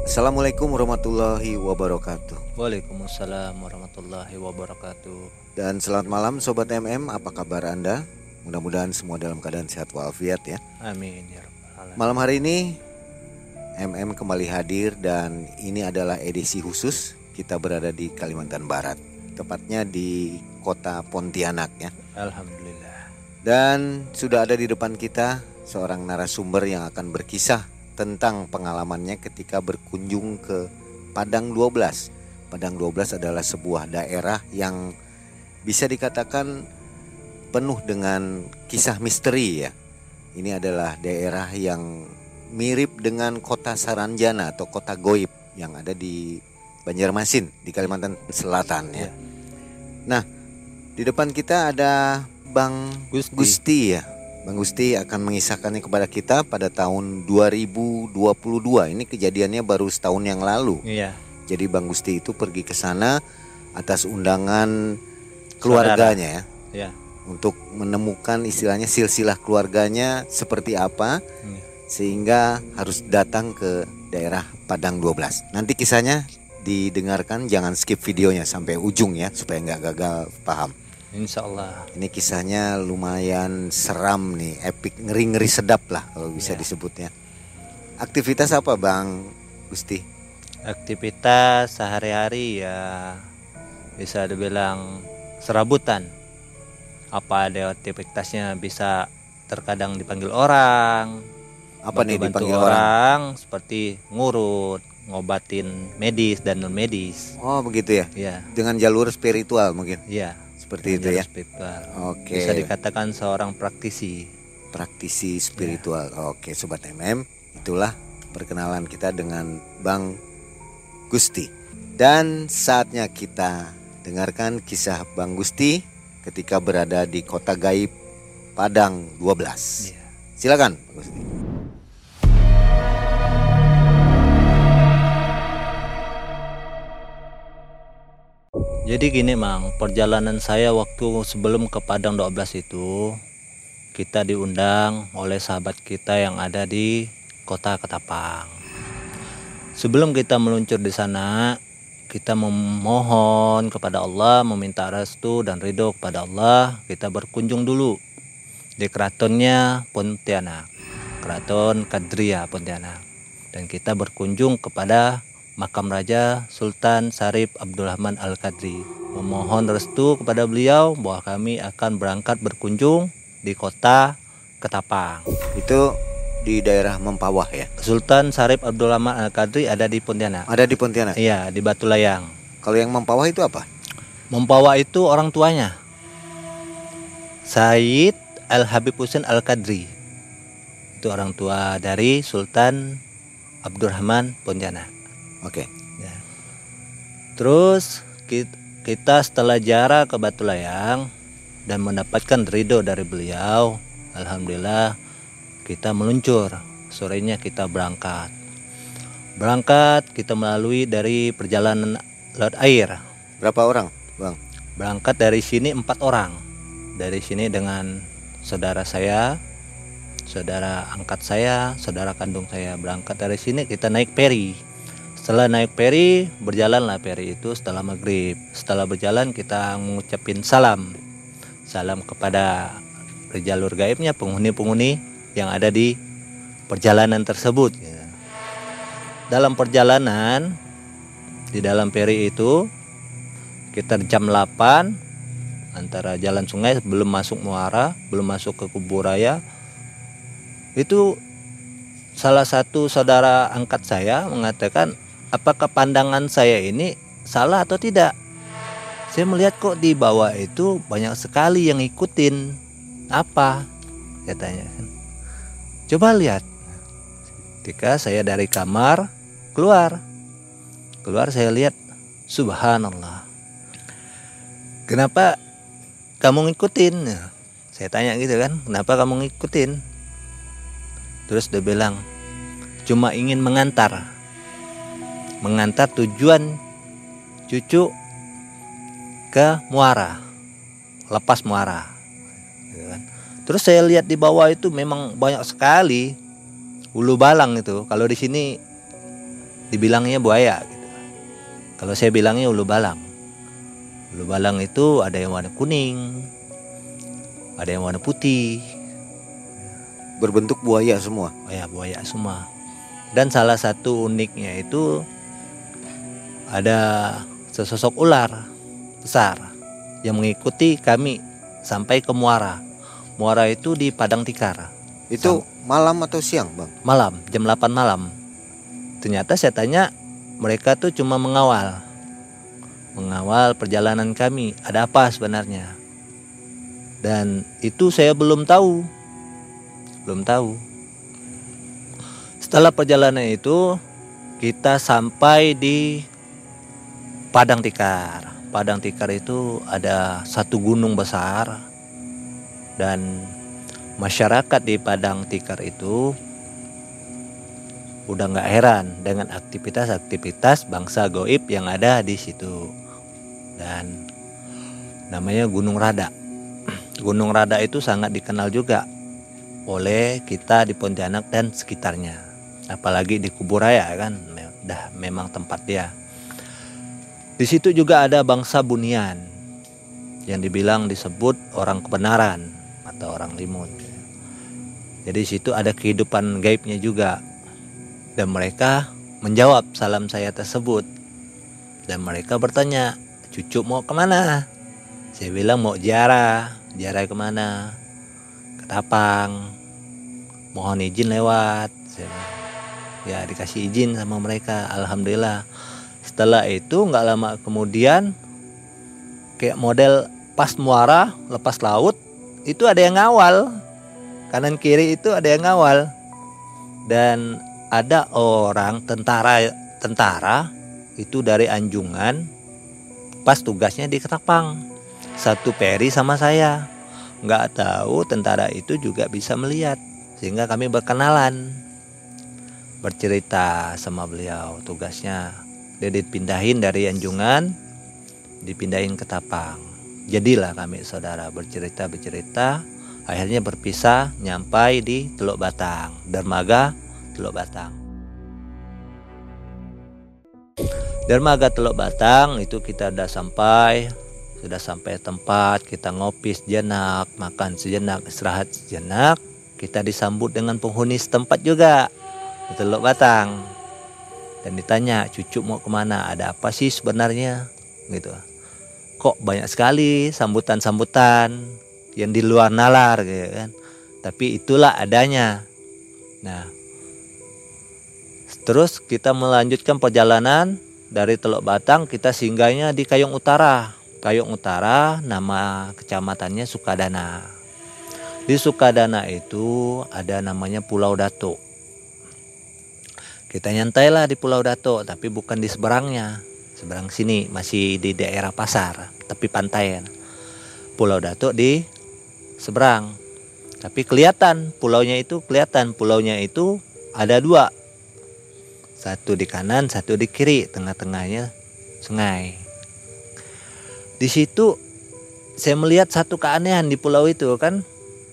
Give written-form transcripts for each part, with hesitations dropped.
Assalamualaikum warahmatullahi wabarakatuh. Waalaikumsalam warahmatullahi wabarakatuh. Dan selamat malam Sobat MM, apa kabar Anda? Mudah-mudahan semua dalam keadaan sehat walafiat ya. Amin ya rabbal alamin. Malam hari ini MM kembali hadir dan ini adalah edisi khusus. Kita berada di Kalimantan Barat, tepatnya di kota Pontianak ya. Alhamdulillah. Dan sudah ada di depan kita seorang narasumber yang akan berkisah tentang pengalamannya ketika berkunjung ke Padang 12. Padang 12 adalah sebuah daerah yang bisa dikatakan penuh dengan kisah misteri ya. Ini adalah daerah yang mirip dengan kota Saranjana atau kota Goib yang ada di Banjarmasin di Kalimantan Selatan ya. Nah, di depan kita ada Bang Gusti ya. Bang Gusti akan mengisahkannya kepada kita pada tahun 2022. Ini kejadiannya baru setahun yang lalu. Iya. Jadi Bang Gusti itu pergi ke sana atas undangan keluarganya ya. Untuk menemukan istilahnya silsilah keluarganya seperti apa, sehingga harus datang ke daerah Padang 12. Nanti kisahnya didengarkan, jangan skip videonya sampai ujung ya supaya nggak gagal paham. Insya Allah. Ini kisahnya lumayan seram nih, epic, ngeri-ngeri sedap lah kalau bisa disebutnya. Aktivitas apa Bang Gusti? Aktivitas sehari-hari ya bisa dibilang serabutan. Apa ada aktivitasnya, bisa terkadang dipanggil orang. Apa nih dipanggil orang? Seperti ngurut, ngobatin medis dan non medis. Oh begitu ya? Iya. Dengan jalur spiritual mungkin? Iya. Seperti itu ya. Spiritual. Oke. Bisa dikatakan seorang praktisi. Praktisi spiritual. Oke, Sobat MM, itulah perkenalan kita dengan Bang Gusti. Dan saatnya kita dengarkan kisah Bang Gusti ketika berada di kota gaib Padang 12. Silakan Bang Gusti. Jadi gini Mang, perjalanan saya waktu sebelum ke Padang 12 itu, kita diundang oleh sahabat kita yang ada di kota Ketapang. Sebelum kita meluncur di sana, kita memohon kepada Allah, meminta restu dan ridho kepada Allah. Kita berkunjung dulu di keratonnya Pontianak, Keraton Kadria Pontianak. Dan kita berkunjung kepada makam Raja Sultan Syarif Abdurrahman Al-Qadri, memohon restu kepada beliau bahwa kami akan berangkat berkunjung di kota Ketapang. Itu di daerah Mempawah ya. Sultan Syarif Abdurrahman Al-Qadri ada di Pontianak. Ada di Pontianak. Iya, di Batu Layang. Kalau yang Mempawah itu apa? Mempawah itu orang tuanya, Said Al-Habib Husain Al-Qadri. Itu orang tua dari Sultan Abdurrahman Pontianak. Oke. Ya. Terus kita setelah ziarah ke Batu Layang dan mendapatkan ridho dari beliau, alhamdulillah kita meluncur. Sorenya kita berangkat. Kita melalui dari perjalanan laut air. Berapa orang, Bang? Berangkat dari sini 4 orang. Dari sini dengan saudara saya, saudara angkat saya, saudara kandung saya. Berangkat dari sini kita naik peri. Setelah naik peri, berjalanlah peri itu setelah maghrib. Setelah berjalan kita mengucapin salam kepada jalur gaibnya, penghuni-penghuni yang ada di perjalanan tersebut. Dalam perjalanan di dalam peri itu kita jam 8 antara jalan sungai belum masuk muara, belum masuk ke Kuburaya. Itu salah satu saudara angkat saya mengatakan, apakah pandangan saya ini salah atau tidak? Saya melihat kok di bawah itu banyak sekali yang ikutin. Apa? Katanya. Coba lihat. Ketika saya dari kamar keluar saya lihat, subhanallah. Kenapa kamu ngikutin? Saya tanya gitu kan, kenapa kamu ngikutin? Terus dia bilang, cuma ingin mengantar tujuan cucu ke muara, lepas muara. Terus saya lihat di bawah itu memang banyak sekali ulu balang itu. Kalau di sini dibilangnya buaya gitu. Kalau saya bilangnya ulu balang. Ulu balang itu ada yang warna kuning, ada yang warna putih. Berbentuk buaya semua. Oh ya, buaya semua. Dan salah satu uniknya itu ada sesosok ular besar yang mengikuti kami sampai ke muara. Muara itu di Padang Tikar. Itu malam atau siang, Bang? Malam, jam 8 malam. Ternyata saya tanya, mereka tuh cuma mengawal perjalanan kami. Ada apa sebenarnya? Dan itu saya belum tahu. Setelah perjalanan itu kita sampai di Padang Tikar. Padang Tikar itu ada satu gunung besar, dan masyarakat di Padang Tikar itu udah nggak heran dengan aktivitas bangsa goib yang ada di situ. Dan namanya Gunung Rada. Gunung Rada itu sangat dikenal juga oleh kita di Pontianak dan sekitarnya. Apalagi di Kuburaya kan, dah memang tempat dia. Di situ juga ada bangsa Bunian yang dibilang disebut orang kebenaran atau orang limun. Jadi di situ ada kehidupan gaibnya juga. Dan mereka menjawab salam saya tersebut. Dan mereka bertanya, "Cucu mau kemana?" Saya bilang mau ziarah. Ziarah kemana? Ke Tapang. Mohon izin lewat. Ya dikasih izin sama mereka. Alhamdulillah. Setelah itu nggak lama kemudian, kayak model pas muara lepas laut, itu ada yang ngawal. Kanan kiri itu ada yang ngawal. Dan ada orang tentara itu dari Anjungan, pas tugasnya di Ketapang, satu peri sama saya. Nggak tahu tentara itu juga bisa melihat, sehingga kami berkenalan, bercerita sama beliau. Tugasnya dia dipindahin dari Anjungan, dipindahin ke Tapang. Jadilah kami saudara, bercerita, akhirnya berpisah nyampai di Teluk Batang, dermaga Teluk Batang. Dermaga Teluk Batang itu kita sudah sampai tempat, kita ngopi sejenak, makan sejenak, istirahat sejenak. Kita disambut dengan penghuni setempat juga di Teluk Batang. Dan ditanya, "Cucu mau kemana? Ada apa sih sebenarnya?" Gitu. Kok banyak sekali sambutan-sambutan yang di luar nalar gitu kan. Tapi itulah adanya. Nah, terus kita melanjutkan perjalanan dari Teluk Batang, kita singgahnya di Kayong Utara. Kayong Utara nama kecamatannya Sukadana. Di Sukadana itu ada namanya Pulau Datuk. Kita nyantailah di Pulau Datuk, tapi bukan di seberangnya. Seberang sini masih di daerah pasar, tepi pantai. Pulau Datuk di seberang. Tapi pulaunya itu ada dua. Satu di kanan, satu di kiri, tengah-tengahnya sungai. Di situ saya melihat satu keanehan di pulau itu kan.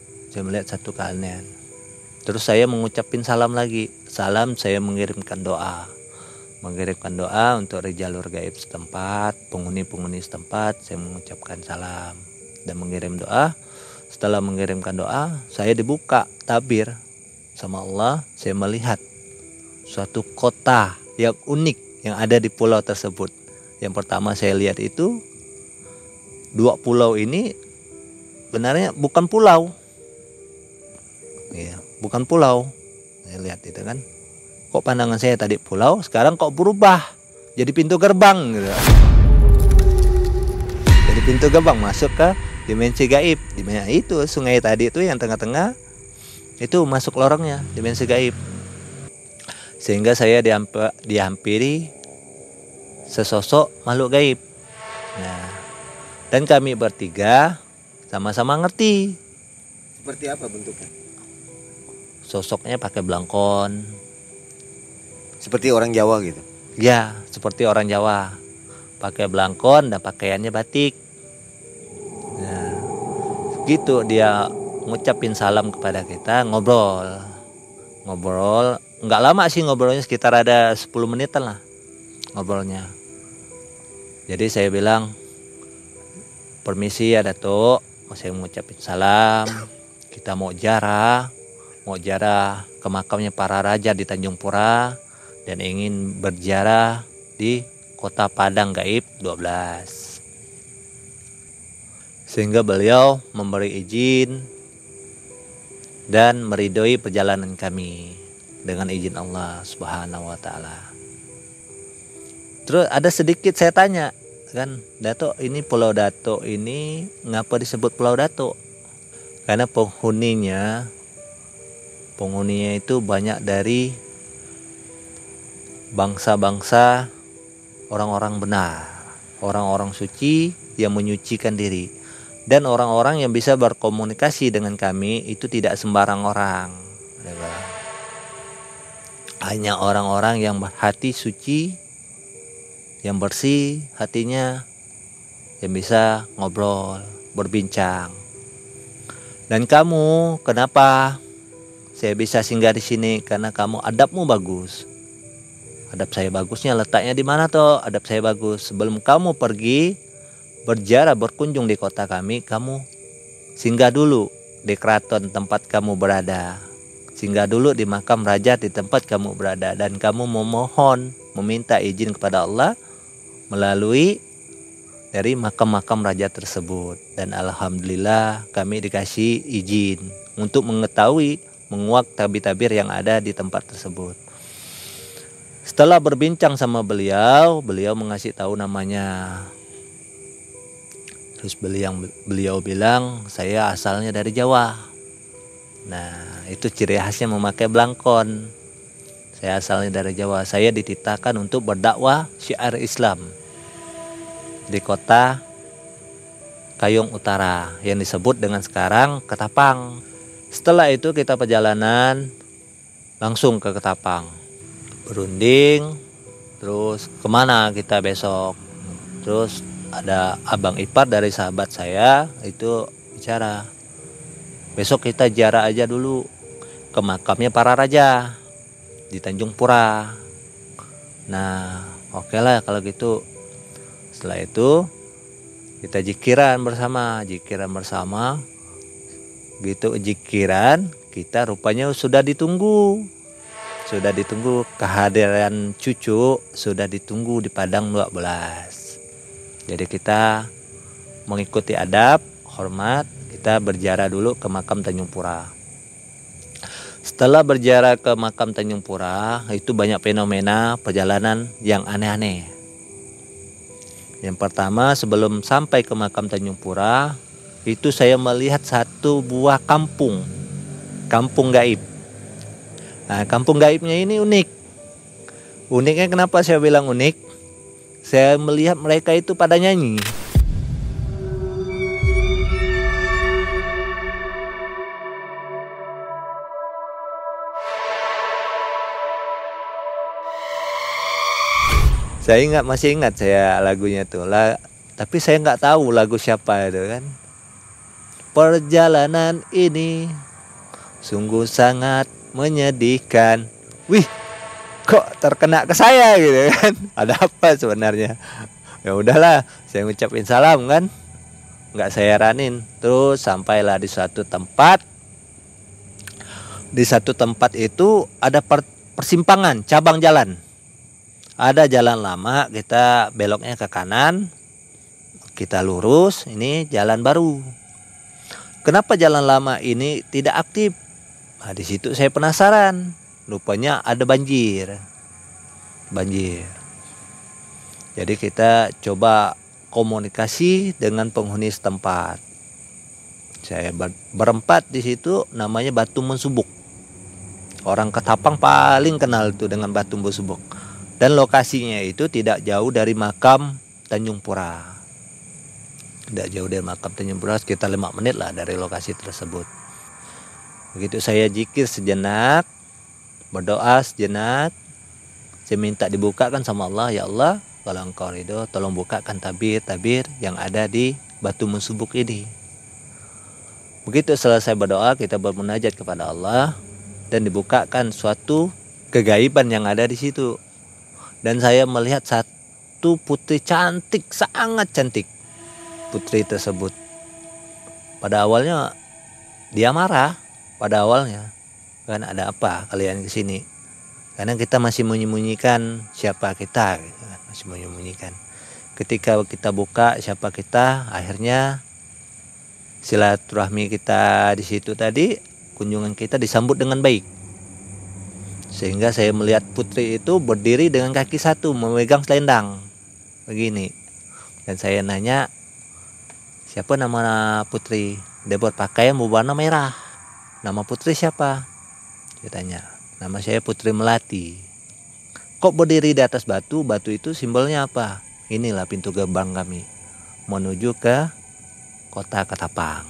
Terus saya mengucapin salam lagi. Salam, saya mengirimkan doa untuk jalur gaib setempat, penghuni setempat. Saya mengucapkan salam dan mengirim doa. Setelah mengirimkan doa, saya dibuka tabir sama Allah. Saya melihat suatu kota yang unik yang ada di pulau tersebut. Yang pertama saya lihat itu, dua pulau ini benarnya bukan pulau. Ya, bukan pulau. Saya lihat itu kan. Kok pandangan saya tadi pulau, sekarang kok berubah jadi pintu gerbang gitu. Jadi pintu gerbang masuk ke dimensi gaib. Di mana itu sungai tadi itu yang tengah-tengah itu masuk lorongnya dimensi gaib. Sehingga saya dihampiri sesosok makhluk gaib. Nah, dan kami bertiga sama-sama ngerti. Seperti apa bentuknya? Sosoknya pakai belangkon. Seperti orang Jawa gitu? Ya, seperti orang Jawa. Pakai belangkon dan pakaiannya batik. Nah, gitu dia ngucapin salam kepada kita, ngobrol. nggak lama sih ngobrolnya, sekitar ada 10 menitan lah ngobrolnya. Jadi saya bilang, permisi ya Datuk, saya mengucapkan salam. Kita mau ziarah ke makamnya para raja di Tanjung Pura dan ingin berziarah di kota Padang Gaib 12. Sehingga beliau memberi izin dan meridhoi perjalanan kami dengan izin Allah Subhanahu wa taala. Terus ada sedikit saya tanya, kan, Datuk, ini Pulau Datuk ini ngapa disebut Pulau Datuk? Karena penghuninya itu banyak dari bangsa-bangsa orang-orang benar, orang-orang suci yang menyucikan diri. Dan orang-orang yang bisa berkomunikasi dengan kami itu tidak sembarang orang. Hanya orang-orang yang berhati suci, yang bersih hatinya, yang bisa ngobrol, berbincang. Dan kamu, kenapa saya bisa singgah di sini? Karena kamu adabmu bagus. Adab saya bagusnya letaknya di mana toh? Adab saya bagus. Sebelum kamu pergi berziarah, berkunjung di kota kami, kamu singgah dulu di keraton tempat kamu berada. Singgah dulu di makam raja di tempat kamu berada. Dan kamu memohon, meminta izin kepada Allah melalui dari makam-makam raja tersebut. Dan alhamdulillah kami dikasih izin untuk mengetahui, menguak tabir-tabir yang ada di tempat tersebut. Setelah berbincang sama beliau mengasih tahu namanya. Terus beliau bilang, saya asalnya dari Jawa. Nah, itu ciri khasnya memakai belangkon. Saya asalnya dari Jawa. Saya dititahkan untuk berdakwah syiar Islam di kota Kayong Utara yang disebut dengan sekarang Ketapang. Setelah itu kita perjalanan langsung ke Ketapang, berunding. Terus kemana kita besok? Terus ada abang ipar dari sahabat saya itu bicara, besok kita ziarah aja dulu ke makamnya para raja di Tanjung Pura. Nah, oke lah kalau gitu. Setelah itu kita zikiran bersama. Gitu zikiran, kita rupanya sudah ditunggu kehadiran cucu, sudah ditunggu di Padang 12. Jadi kita mengikuti adab, hormat, kita berziarah dulu ke makam Tanjung Pura. Setelah berziarah ke makam Tanjung Pura, itu banyak fenomena perjalanan yang aneh-aneh. Yang pertama, sebelum sampai ke makam Tanjung Pura, itu saya melihat satu buah kampung gaib. Nah, kampung gaibnya ini unik. Uniknya kenapa saya bilang unik? Saya melihat mereka itu pada nyanyi. Saya masih ingat saya lagunya tuh lah, tapi saya nggak tahu lagu siapa itu kan. Perjalanan ini sungguh sangat menyedihkan. Wih, kok terkena ke saya gitu kan? Ada apa sebenarnya? Ya udahlah, saya ngucapin salam kan, nggak saya heranin. Terus sampailah di suatu tempat. Di satu tempat itu ada persimpangan, cabang jalan. Ada jalan lama, kita beloknya ke kanan, kita lurus, ini jalan baru. Kenapa jalan lama ini tidak aktif? Nah, di situ saya penasaran. Rupanya ada banjir. Jadi kita coba komunikasi dengan penghuni setempat. Saya berempat di situ, namanya Batu Musubuk. Orang Ketapang paling kenal itu dengan Batu Musubuk. Dan lokasinya itu tidak jauh dari makam Tanjung Pura. Tidak jauh dari makam Tanjung Pura, sekitar 5 menit lah dari lokasi tersebut. Begitu saya zikir sejenak, berdoa sejenak, saya minta dibukakan sama Allah, ya Allah, kalau engkau ridho, tolong bukakan tabir-tabir yang ada di Batu Musubuk ini. Begitu selesai berdoa, kita bermunajat kepada Allah dan dibukakan suatu kegaiban yang ada di situ. Dan saya melihat satu putri cantik, sangat cantik. Putri tersebut. Pada awalnya dia marah. Pada awalnya kan, ada apa kalian kesini? Karena kita masih menyembunyikan siapa kita, gitu kan? Masih menyembunyikan. Ketika kita buka siapa kita, akhirnya silaturahmi kita di situ tadi, kunjungan kita disambut dengan baik. Sehingga saya melihat putri itu berdiri dengan kaki satu, memegang selendang begini. Dan saya nanya, siapa nama putri? Dia berpakaian berwarna merah. Nama putri siapa? Saya tanya. Nama saya Putri Melati. Kok berdiri di atas batu? Batu itu simbolnya apa? Inilah pintu gerbang kami menuju ke kota Ketapang.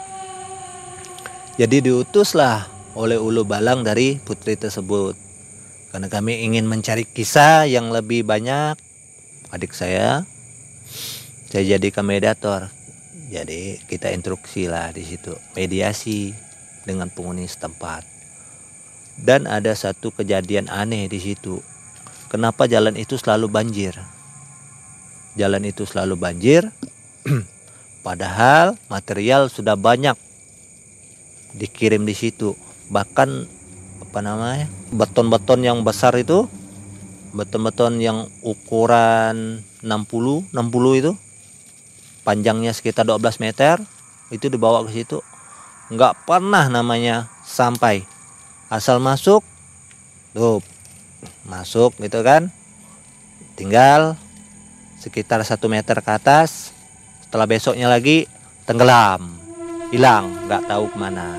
Jadi diutuslah oleh Ulu Balang dari putri tersebut. Karena kami ingin mencari kisah yang lebih banyak. Adik saya jadikan mediator. Jadi kita instruksi lah di situ, mediasi dengan penghuni setempat. Dan ada satu kejadian aneh di situ. Kenapa jalan itu selalu banjir? Jalan itu selalu banjir, padahal material sudah banyak dikirim di situ. Bahkan beton-beton yang besar itu, beton-beton yang ukuran 60 itu, panjangnya sekitar 12 meter, itu dibawa ke situ. Nggak pernah namanya sampai. Asal masuk, tuh masuk gitu kan, tinggal sekitar 1 meter ke atas. Setelah besoknya lagi tenggelam, hilang, nggak tahu kemana.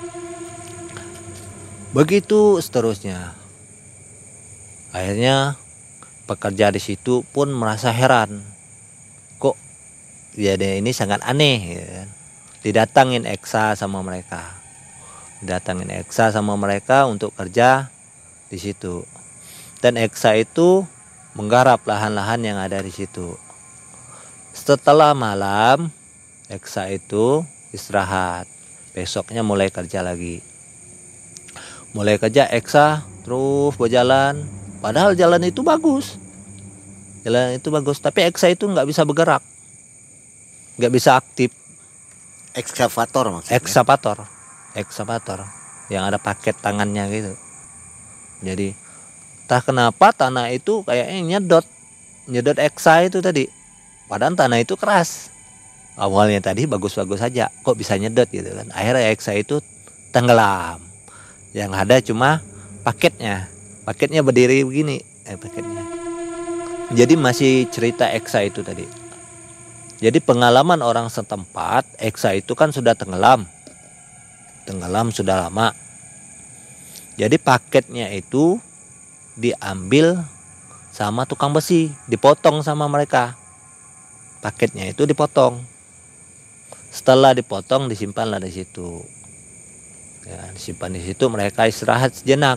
Begitu seterusnya. Akhirnya pekerja di situ pun merasa heran, kok ya ini sangat aneh, gitu kan. Didatangin Eksa sama mereka. Untuk kerja di situ. Dan Eksa itu menggarap lahan-lahan yang ada di situ. Setelah malam, Eksa itu istirahat. Besoknya mulai kerja lagi. Mulai kerja Eksa terus berjalan. Padahal jalan itu bagus. Tapi Eksa itu nggak bisa bergerak, nggak bisa aktif. Ekskavator maksudnya? Ekskavator yang ada paket tangannya gitu. Jadi entah kenapa tanah itu kayaknya nyedot Eksa itu tadi. Padahal tanah itu keras. Awalnya tadi bagus-bagus saja, kok bisa nyedot gitu kan. Akhirnya Eksa itu tenggelam. Yang ada cuma paketnya. Paketnya berdiri begini, paketnya. Jadi masih cerita Eksa itu tadi. Jadi pengalaman orang setempat, Eksa itu kan sudah tenggelam sudah lama. Jadi paketnya itu diambil sama tukang besi, dipotong sama mereka. Paketnya itu dipotong. Setelah dipotong disimpanlah di situ. Ya, disimpan di situ, mereka istirahat sejenak.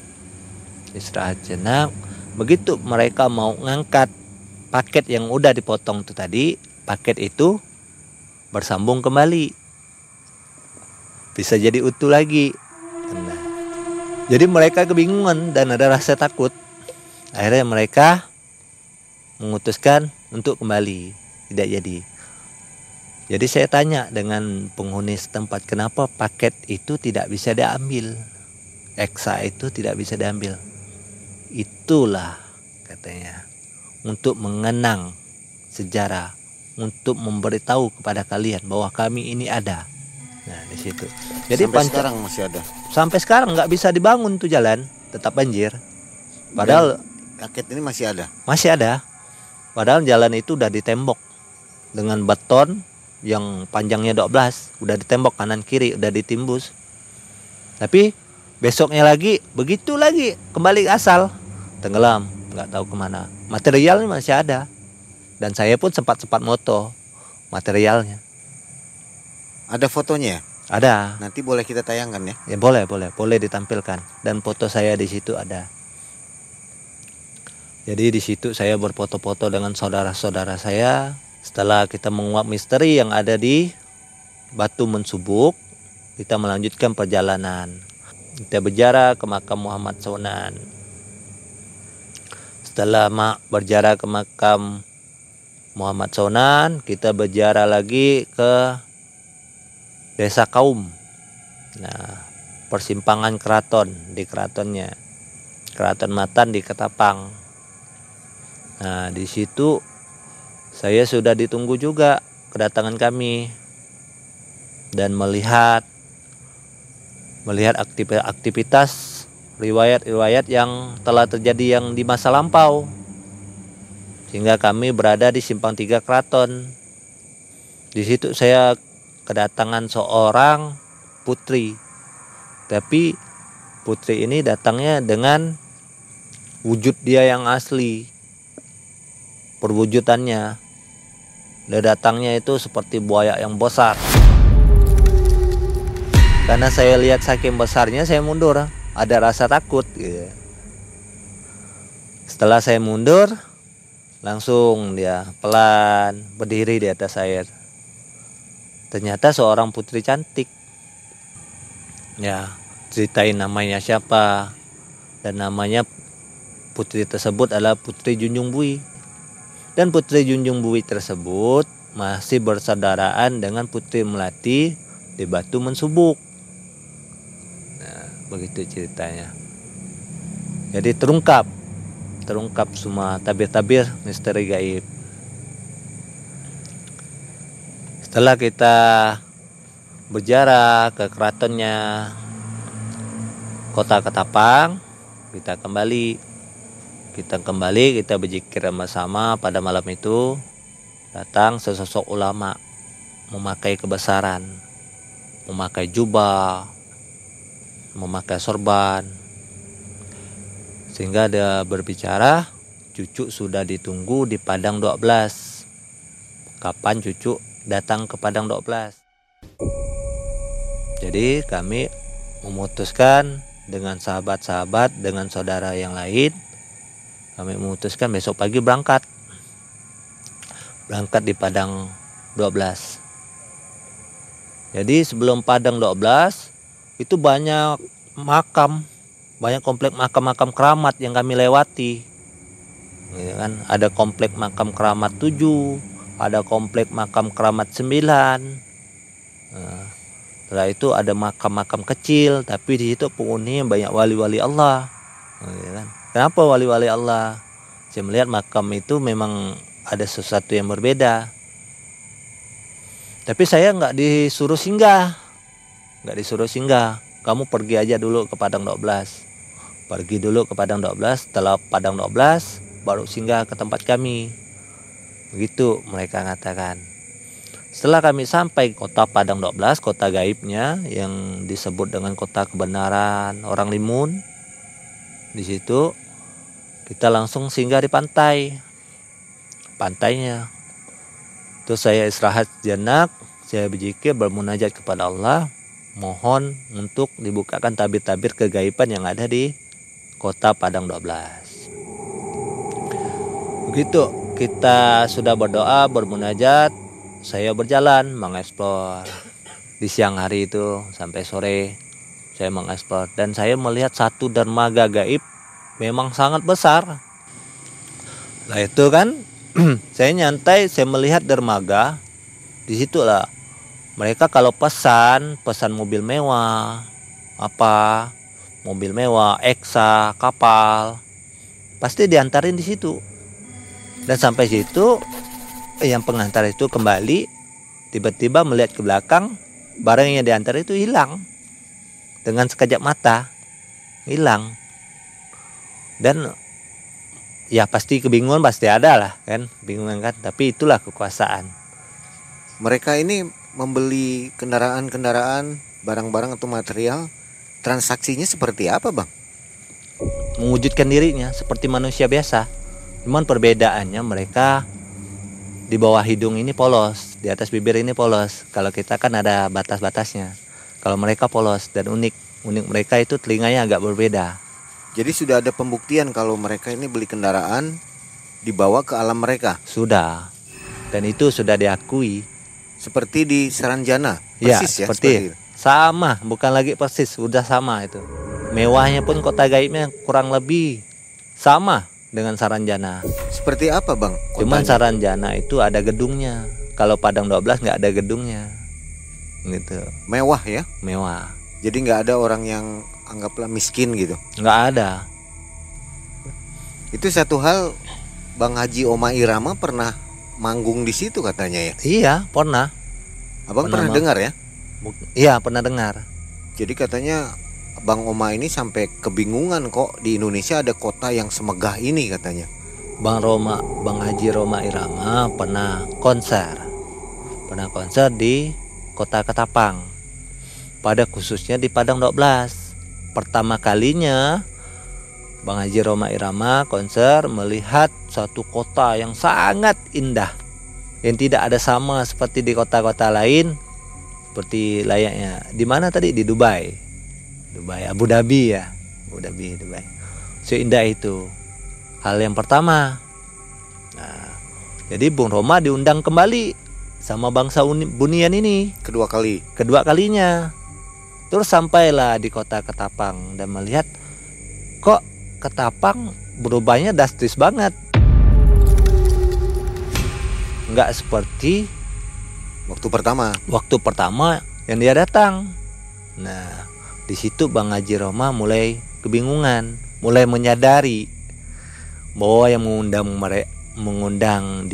Begitu mereka mau ngangkat paket yang udah dipotong itu tadi, paket itu bersambung kembali. Bisa jadi utuh lagi. Nah, jadi mereka kebingungan dan ada rasa takut. Akhirnya mereka memutuskan untuk kembali. Tidak jadi. Jadi saya tanya dengan penghuni setempat, kenapa paket itu tidak bisa diambil? Eksa itu tidak bisa diambil. Itulah katanya, untuk mengenang sejarah, untuk memberitahu kepada kalian bahwa kami ini ada. Nah di situ. Jadi sampai sekarang masih ada. Sampai sekarang nggak bisa dibangun tuh jalan, tetap banjir. Padahal paket ini masih ada. Masih ada. Padahal jalan itu udah ditembok dengan beton yang panjangnya 12, udah ditembok kanan kiri, udah ditimbus. Tapi besoknya lagi begitu lagi, kembali asal, tenggelam, nggak tahu kemana. Materialnya masih ada. Dan saya pun sempat moto materialnya. Ada fotonya ya? Ada. Nanti boleh kita tayangkan ya? Ya boleh ditampilkan. Dan foto saya di situ ada. Jadi di situ saya berfoto-foto dengan saudara-saudara saya. Setelah kita menguak misteri yang ada di Batu Mensubuk, kita melanjutkan perjalanan. Kita berjarak ke makam Muhammad Sunan. Setelah berziarah ke makam Muhammad Sonan, kita berziarah lagi ke Desa Kaum. Nah, persimpangan keraton, di keratonnya. Keraton Matan di Ketapang. Nah, di situ saya sudah ditunggu juga kedatangan kami dan melihat aktivitas riwayat-riwayat yang telah terjadi yang di masa lampau. Sehingga kami berada di Simpang 3 Keraton. Di situ saya kedatangan seorang putri. Tapi putri ini datangnya dengan wujud dia yang asli. Perwujudannya. Dia datangnya itu seperti buaya yang besar. Karena saya lihat saking besarnya, saya mundur. Ada rasa takut gitu. Setelah saya mundur, langsung dia pelan berdiri di atas air. Ternyata seorang putri cantik. Ya, ceritain namanya siapa. Dan namanya putri tersebut adalah Putri Junjung Bui. Dan Putri Junjung Bui tersebut masih bersaudara dengan Putri Melati di Batu Mensubuk. Nah, begitu ceritanya. Jadi terungkap semua tabir-tabir misteri gaib. Setelah kita berziarah ke keratonnya Kota Ketapang, kita kembali kita berzikir sama-sama. Pada malam itu datang sesosok ulama memakai kebesaran, memakai jubah, memakai sorban. Sehingga dia berbicara, cucu sudah ditunggu di Padang 12. Kapan cucu datang ke Padang 12? Jadi kami memutuskan dengan sahabat-sahabat, dengan saudara yang lain, kami memutuskan besok pagi berangkat di Padang 12. Jadi sebelum Padang 12 itu banyak komplek makam-makam keramat yang kami lewati. Ya kan? Ada komplek makam keramat 7, ada komplek makam keramat 9. Nah, setelah itu ada makam-makam kecil, tapi di situ penghuninya banyak wali-wali Allah. Ya kan? Kenapa wali-wali Allah? Saya melihat makam itu memang ada sesuatu yang berbeda. Tapi saya nggak disuruh singgah. Kamu pergi aja dulu ke Padang 12. Pergi dulu ke Padang 12. Setelah Padang 12 baru singgah ke tempat kami. Begitu mereka katakan. Setelah kami sampai kota Padang 12, kota gaibnya yang disebut dengan kota kebenaran orang Limun. Di situ kita langsung singgah di pantainya. Terus saya istirahat jenak, saya berzikir, bermunajat kepada Allah, mohon untuk dibukakan tabir-tabir kegaiban yang ada di kota Padang 12. Begitu kita sudah berdoa, bermunajat, saya berjalan mengeksplor. Di siang hari itu sampai sore saya mengeksplor dan saya melihat satu dermaga gaib memang sangat besar. Nah itu kan saya nyantai, saya melihat dermaga. Di situlah mereka kalau pesan mobil mewah, mobil mewah, eksa, kapal, pasti diantarin di situ. Dan sampai situ yang pengantar itu kembali, tiba-tiba melihat ke belakang, barang yang diantar itu hilang. Dengan sekejap mata hilang. Dan ya pasti kebingungan, pasti ada lah kan, bingungan kan, tapi itulah kekuasaan. Mereka ini membeli kendaraan-kendaraan, barang-barang atau material, transaksinya seperti apa, Bang? Mewujudkan dirinya seperti manusia biasa. Cuman perbedaannya mereka di bawah hidung ini polos, di atas bibir ini polos. Kalau kita kan ada batas-batasnya. Kalau mereka polos dan unik mereka itu telinganya agak berbeda. Jadi sudah ada pembuktian kalau mereka ini beli kendaraan dibawa ke alam mereka? Sudah. Dan itu sudah diakui. Seperti di Saranjana, persis ya? Seperti sama, bukan lagi persis, sudah sama itu. Mewahnya pun kota gaibnya kurang lebih sama dengan Saranjana. Seperti apa bang? Cuman kotanya? Saranjana itu ada gedungnya. Kalau Padang 12 nggak ada gedungnya. Gitu. Mewah ya. Mewah. Jadi nggak ada orang yang anggaplah miskin gitu. Nggak ada. Itu satu hal, Bang Haji Oma Irama pernah manggung di situ katanya ya. Iya, pernah. Abang Pernah, pernah Bang. dengar ya? Iya, pernah dengar. Jadi katanya Bang Oma ini sampai kebingungan kok di Indonesia ada kota yang semegah ini katanya. Bang Haji Roma Irama pernah konser di Kota Ketapang, pada khususnya di Padang 12. Pertama kalinya Bang Haji Roma Irama konser melihat suatu kota yang sangat indah, yang tidak ada sama seperti di kota-kota lain, seperti layaknya di mana tadi, di Dubai, Abu Dhabi ya, Dubai. Seindah itu. Hal yang pertama. Nah, jadi Bung Roma diundang kembali sama bangsa Bunian ini Kedua kalinya. Terus sampailah di Kota Ketapang dan melihat kok Ketapang berubahnya drastis banget. Nggak seperti waktu pertama yang dia datang. Nah, di situ Bang Haji Roma mulai kebingungan, mulai menyadari bahwa yang mengundang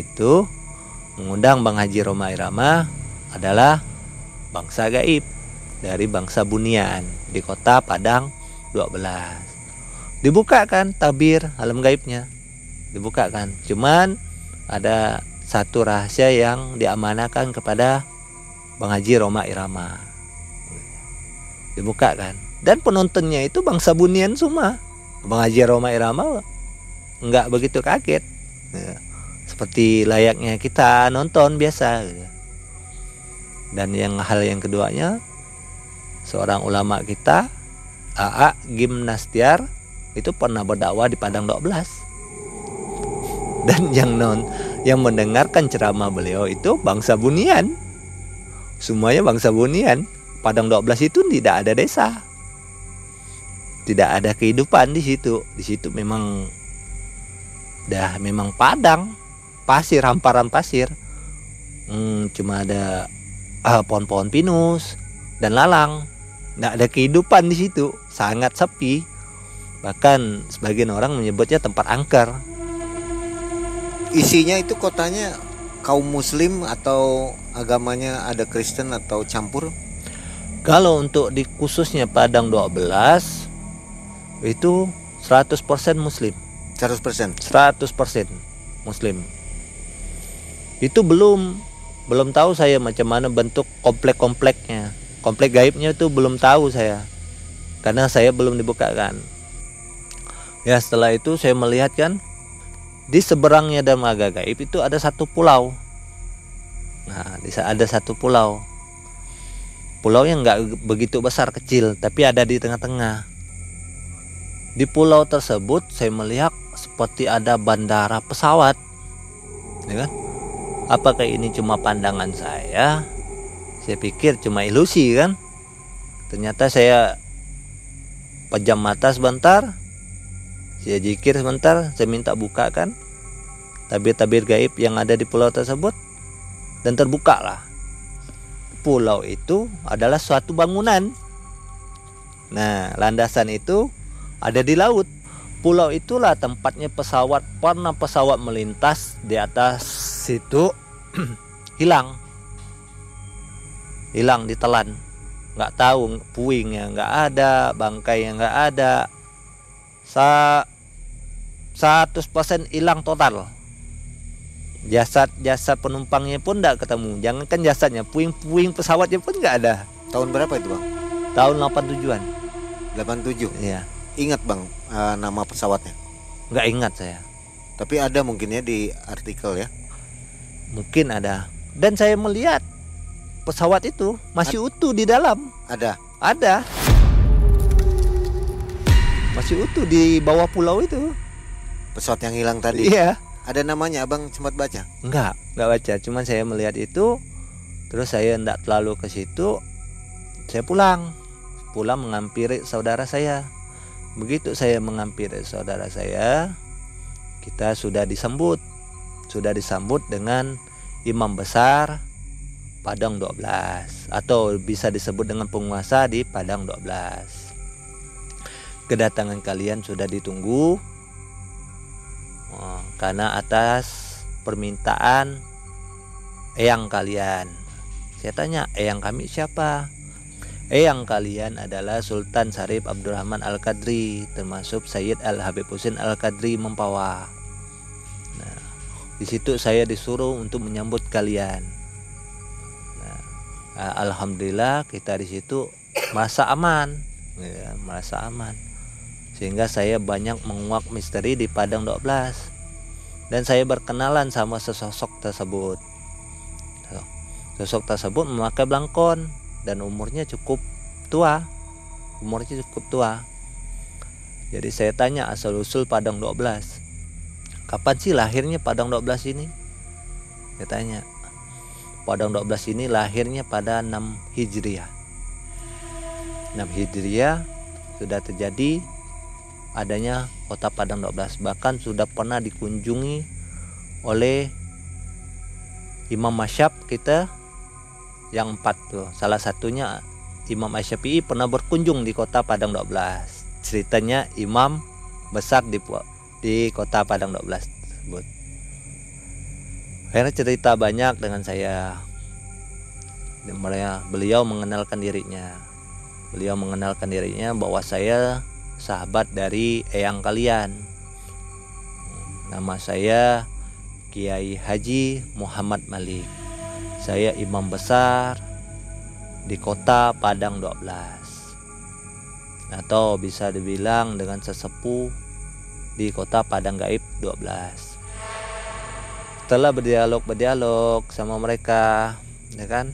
Bang Haji Roma Irama adalah bangsa gaib dari bangsa Bunian di Kota Padang 12. Dibuka kan tabir alam gaibnya, dibuka kan. Cuman ada satu rahasia yang diamanakan kepada Bang Haji Roma Irama, dibuka kan. Dan penontonnya itu bangsa Bunian semua. Bang Haji Roma Irama nggak begitu kaget ya, seperti layaknya kita nonton biasa gitu. Dan hal yang keduanya, seorang ulama kita AA Gimnastiar itu pernah berdakwah di Padang 12. Dan yang mendengarkan ceramah beliau itu bangsa Bunian. Semuanya bangsa Bunian. Padang 12 itu tidak ada desa, tidak ada kehidupan di situ. Di situ memang padang pasir, hamparan pasir. Cuma ada pohon-pohon pinus dan lalang. Nggak ada kehidupan di situ, sangat sepi. Bahkan sebagian orang menyebutnya tempat angker. Isinya itu kotanya kaum muslim atau agamanya ada Kristen atau campur? Kalau untuk di khususnya Padang 12 itu 100% muslim. 100% muslim. Itu belum tahu saya macam mana bentuk komplek-kompleknya. Komplek gaibnya itu belum tahu saya, karena saya belum dibukakan. Ya, setelah itu saya melihat kan di seberangnya dermaga gaib itu ada satu pulau. Nah, ada satu pulau. Pulau yang nggak begitu besar, kecil, tapi ada di tengah-tengah. Di pulau tersebut saya melihat seperti ada bandara pesawat, ya kan? Apakah ini cuma pandangan saya? Saya pikir cuma ilusi kan. Ternyata saya pejam mata sebentar, saya zikir sebentar, saya minta bukakan tabir-tabir gaib yang ada di pulau tersebut, dan terbukalah. Pulau itu adalah suatu bangunan. Nah, landasan itu ada di laut. Pulau itulah tempatnya pernah pesawat melintas di atas situ, hilang ditelan. Nggak tahu, puingnya nggak ada, bangkainya nggak ada, 100% hilang total. Jasad penumpangnya pun nggak ketemu. Jangankan jasadnya, puing pesawatnya pun nggak ada. Tahun berapa itu bang? Tahun 87-an. 87? Iya. Ingat bang nama pesawatnya? Nggak ingat saya. Tapi ada mungkinnya di artikel ya? Mungkin ada. Dan saya melihat pesawat itu masih utuh di dalam. Ada? Ada. Masih utuh di bawah pulau itu. Pesawat yang hilang tadi? Iya. Ada namanya, abang sempat baca? Enggak baca. Cuman saya melihat itu, terus saya enggak terlalu ke situ. Saya pulang menghampiri saudara saya. Begitu saya menghampiri saudara saya, kita sudah disambut dengan imam besar Padang 12, atau bisa disebut dengan penguasa di Padang 12. Kedatangan kalian sudah ditunggu karena atas permintaan eyang kalian. Saya tanya, eyang kami siapa? Eyang kalian adalah Sultan Syarif Abdurrahman Al-Qadri, termasuk Sayyid Al-Habib Husin Al-Qadri Mempawah. Nah, di situ saya disuruh untuk menyambut kalian. Nah, alhamdulillah kita di situ merasa aman, ya, merasa aman. Sehingga saya banyak menguak misteri di Padang 12. Dan saya berkenalan sama sesosok tersebut. Sosok tersebut memakai belangkon dan umurnya cukup tua. Jadi saya tanya asal usul Padang 12. Kapan sih lahirnya Padang 12 ini? Saya tanya. Padang 12 ini lahirnya pada 6 Hijriah. 6 Hijriah sudah terjadi adanya kota Padang 12, bahkan sudah pernah dikunjungi oleh Imam Masyab kita yang 4 tuh. Salah satunya Imam Asy-Syafi'i pernah berkunjung di kota Padang 12. Ceritanya imam besar di kota Padang 12 tersebut. Akhirnya cerita banyak dengan saya. Beliau mengenalkan dirinya. Bahwa saya sahabat dari eyang kalian. Nama saya Kiai Haji Muhammad Malik. Saya imam besar di kota Padang 12, atau bisa dibilang dengan sesepuh di kota Padang Gaib 12. Setelah berdialog sama mereka, ya kan?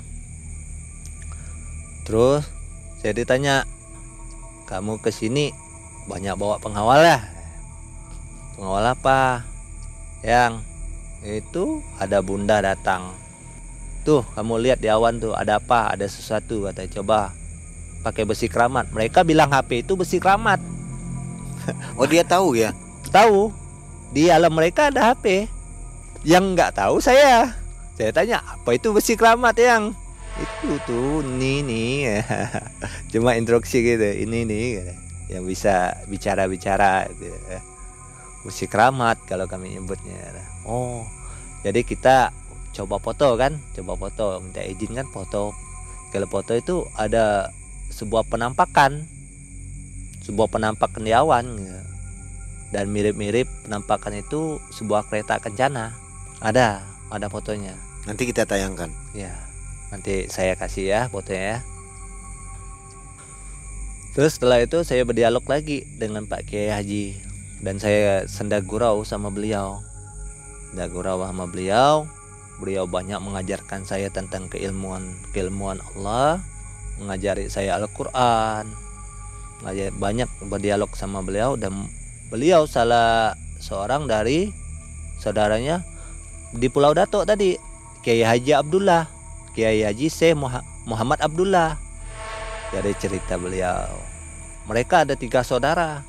Terus saya ditanya, kamu kesini banyak bawa pengawal ya? Pengawal apa? Yang itu ada bunda datang. Tuh kamu lihat di awan tuh, ada apa? Ada sesuatu, kata. Coba pakai besi keramat. Mereka bilang HP itu besi keramat. Oh, dia tahu ya? Tahu. Di alam mereka ada HP. Yang nggak tahu saya. Saya tanya, apa itu besi keramat yang? Itu tuh ini cuma instruksi gitu. Ini nih yang bisa bicara gitu. Besi keramat kalau kami nyebutnya. Oh, jadi kita coba foto, minta izin kan foto. Kalau foto itu ada sebuah penampakan di awan gitu. Dan mirip-mirip penampakan itu sebuah kereta kencana. Ada fotonya. Nanti kita tayangkan. Ya, nanti saya kasih ya fotonya ya. Terus setelah itu saya berdialog lagi dengan Pak Kiai Haji, dan saya senda gurau sama beliau. Beliau banyak mengajarkan saya tentang keilmuan Allah, mengajari saya Al-Quran, banyak berdialog sama beliau. Dan beliau salah seorang dari saudaranya di Pulau Datuk tadi, Kiai Haji Abdullah, Kiai Haji Syekh Muhammad Abdullah. Dari cerita beliau, mereka ada 3 saudara.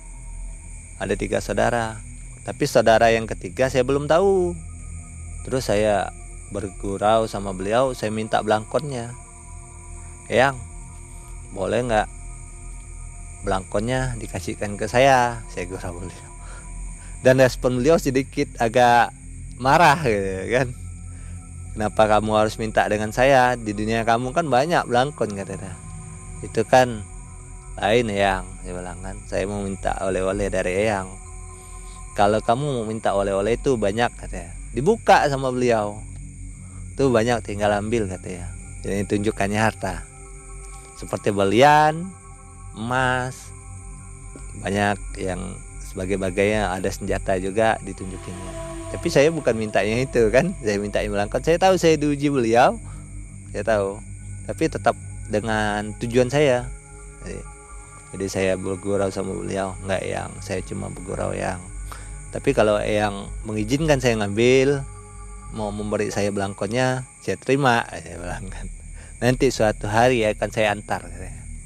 Tapi saudara yang ketiga saya belum tahu. Terus saya bergurau sama beliau, saya minta belangkonnya. Eyang, boleh nggak belangkonnya dikasihkan ke saya gurau beliau. Dan respon beliau sedikit agak marah gitu kan. Kenapa kamu harus minta dengan saya? Di dunia kamu kan banyak belangkon, katanya. Itu kan lain Eyang, saya bilang kan. Saya mau minta oleh-oleh dari Eyang. Kalau kamu mau minta oleh-oleh itu banyak, katanya. Dibuka sama beliau. Tuh banyak, tinggal ambil, katanya. Jadi tunjukkannya harta. Seperti berlian, emas, banyak yang sebagai-bagainya, ada senjata juga ditunjukinnya. Tapi saya bukan mintanya itu kan. Saya minta belangkon. Saya tahu saya diuji beliau. Saya tahu. Tapi tetap dengan tujuan saya. Jadi saya bergurau sama beliau. Enggak Eyang, saya cuma bergurau Eyang. Tapi kalau Eyang mengizinkan saya ngambil, mau memberi saya belangkonnya, saya terima, saya bilang kan. Nanti suatu hari akan saya antar.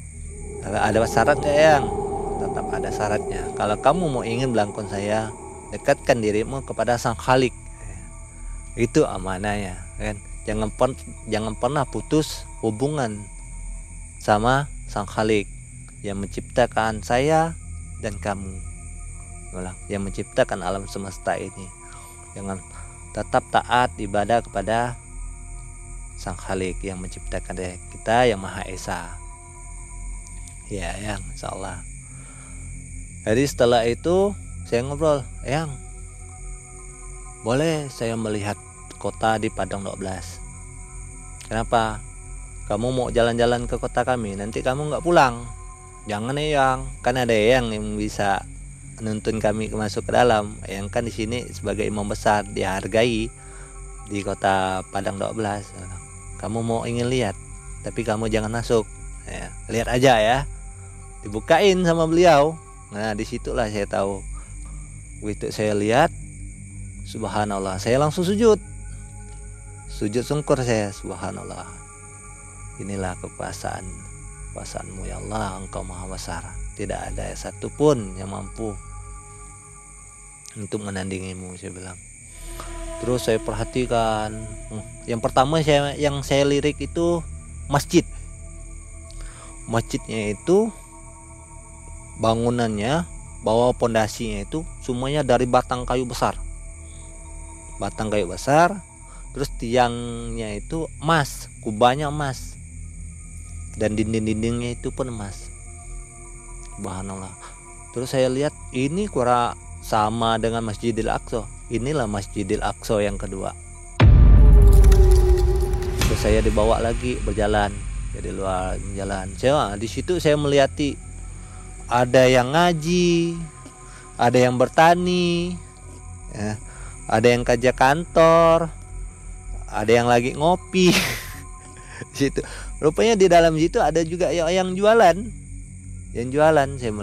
Ada syarat nggak Eyang? Tetap ada syaratnya. Kalau kamu mau ingin belangkon saya, dekatkan dirimu kepada Sang Khalik. Itu amanahnya kan. Jangan pernah putus hubungan sama Sang Khalik yang menciptakan saya dan kamu, yang menciptakan alam semesta ini. Jangan tetap taat ibadah kepada Sang Khalik yang menciptakan kita, yang Maha Esa. Ya, yang insyaallah. Jadi setelah itu saya ngobrol, Yang, boleh saya melihat kota di Padang 12? Kenapa? Kamu mau jalan-jalan ke kota kami, nanti kamu nggak pulang. Jangan Yang, kan ada yang bisa nuntun kami masuk ke dalam. Yang kan di sini sebagai imam besar dihargai di kota Padang 12. Kamu mau ingin lihat, tapi kamu jangan masuk. Ya, lihat aja ya. Dibukain sama beliau. Nah, disitulah saya tahu. Begitu saya lihat, subhanallah, saya langsung sujud sungkur saya, subhanallah. Inilah kekuasaanmu ya Allah, Engkau Maha Besar. Tidak ada satupun yang mampu untuk menandingimu, saya bilang. Terus saya perhatikan, yang pertama yang saya lirik itu masjidnya itu bangunannya, bawah pondasinya itu semuanya dari batang kayu besar. Terus tiangnya itu emas, kubahnya emas, dan dinding-dindingnya itu pun emas. Subhanallah. Terus saya lihat ini kurang sama dengan Masjidil Aqsa. Inilah Masjidil Aqsa yang kedua. Terus saya dibawa lagi berjalan dari luar jalan. Di situ saya melihati ada yang ngaji, ada yang bertani, ya, ada yang kerja kantor, ada yang lagi ngopi. Di situ rupanya di dalam situ ada juga yang jualan. Saya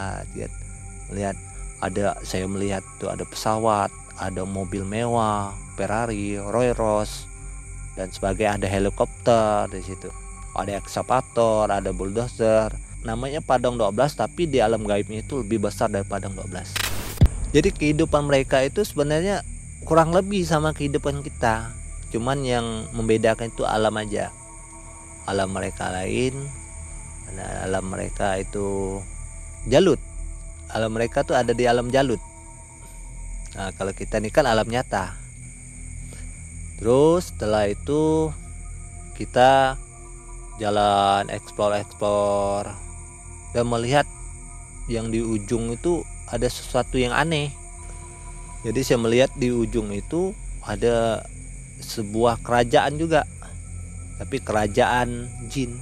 melihat tuh ada pesawat, ada mobil mewah, Ferrari, Rolls Royce dan sebagainya, ada helikopter di situ. Ada ekskavator, ada bulldozer. Namanya Padang 12, tapi di alam gaibnya itu lebih besar dari Padang 12. Jadi kehidupan mereka itu sebenarnya kurang lebih sama kehidupan kita. Cuman yang membedakan itu alam aja. Alam mereka lain, alam mereka itu jalut. Alam mereka tuh ada di alam jalut. Nah, kalau kita ini kan alam nyata. Terus setelah itu kita jalan explore dan melihat yang di ujung itu ada sesuatu yang aneh. Jadi saya melihat di ujung itu ada sebuah kerajaan juga, tapi kerajaan jin.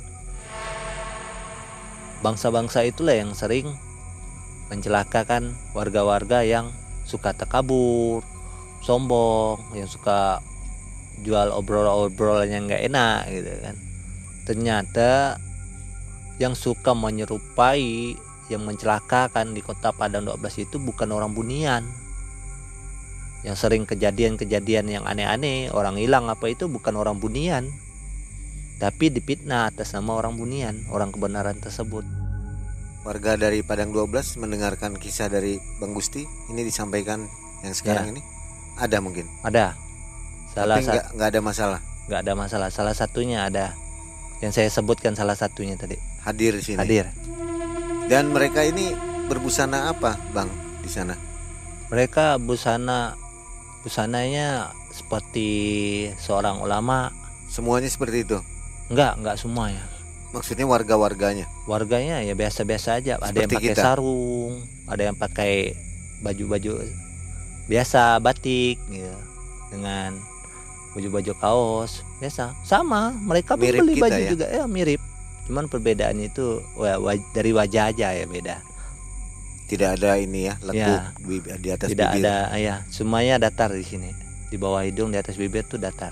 Bangsa-bangsa itulah yang sering mencelakakan warga-warga yang suka takabur, sombong, yang suka jual obrolan yang nggak enak gitu kan. Ternyata yang suka menyerupai, yang mencelakakan di kota Padang 12 itu bukan orang Bunian. Yang sering kejadian-kejadian yang aneh-aneh, orang hilang apa itu bukan orang Bunian, tapi dipitnah atas nama orang Bunian, orang kebenaran tersebut. Warga dari Padang 12 mendengarkan kisah dari Bang Gusti ini disampaikan yang sekarang ini, ada mungkin? Ada. Tapi nggak ada masalah? Nggak ada masalah. Salah satunya ada, yang saya sebutkan salah satunya tadi. Hadir di sini? Hadir. Dan mereka ini berbusana apa Bang di sana? Mereka busananya seperti seorang ulama. Semuanya seperti itu? Enggak semuanya. Maksudnya warganya ya biasa-biasa aja. Ada yang pakai sarung, ada yang pakai baju-baju biasa, batik gitu, dengan baju-baju kaos biasa. Sama, mereka mirip beli baju ya? juga ya mirip. Cuman perbedaannya itu dari wajah aja ya beda. Tidak ada ini ya, lekuk di atas tidak bibir. Tidak ada ya, semuanya datar di sini. Di bawah hidung, di atas bibir tuh datar.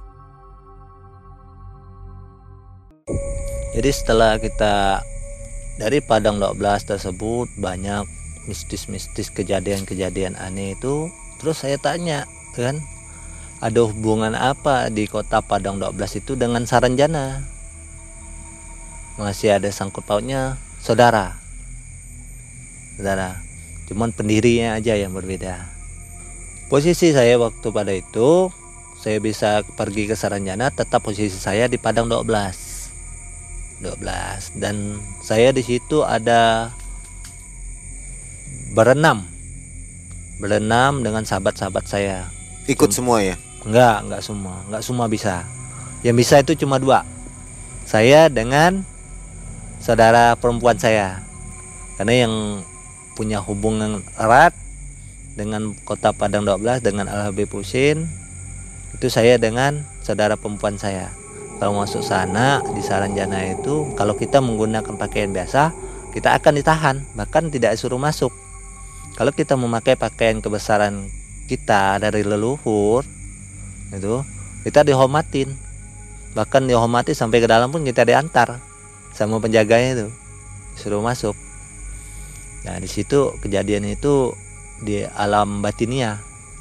Jadi setelah kita dari Padang 12 tersebut banyak mistis-mistis, kejadian-kejadian aneh itu. Terus saya tanya kan, ada hubungan apa di kota Padang 12 itu dengan Saranjana? Masih ada sangkut pautnya, saudara. Cuman pendirinya aja yang berbeda. Posisi saya waktu pada itu, saya bisa pergi ke Saranjana, tetap posisi saya di Padang 12. Dan saya di situ ada berenam dengan sahabat-sahabat saya. Ikut semua ya? Enggak semua bisa. Yang bisa itu cuma 2. Saya dengan saudara perempuan saya. Karena yang punya hubungan erat dengan kota Padang 12 dengan Al Habib Husin itu saya dengan saudara perempuan saya. Kalau masuk sana di Saranjana itu, kalau kita menggunakan pakaian biasa, kita akan ditahan, bahkan tidak suruh masuk. Kalau kita memakai pakaian kebesaran kita dari leluhur, itu kita dihormatin, bahkan dihormati sampai ke dalam pun kita diantar sama penjaganya itu, suruh masuk. Nah di situ kejadian itu di alam batinia,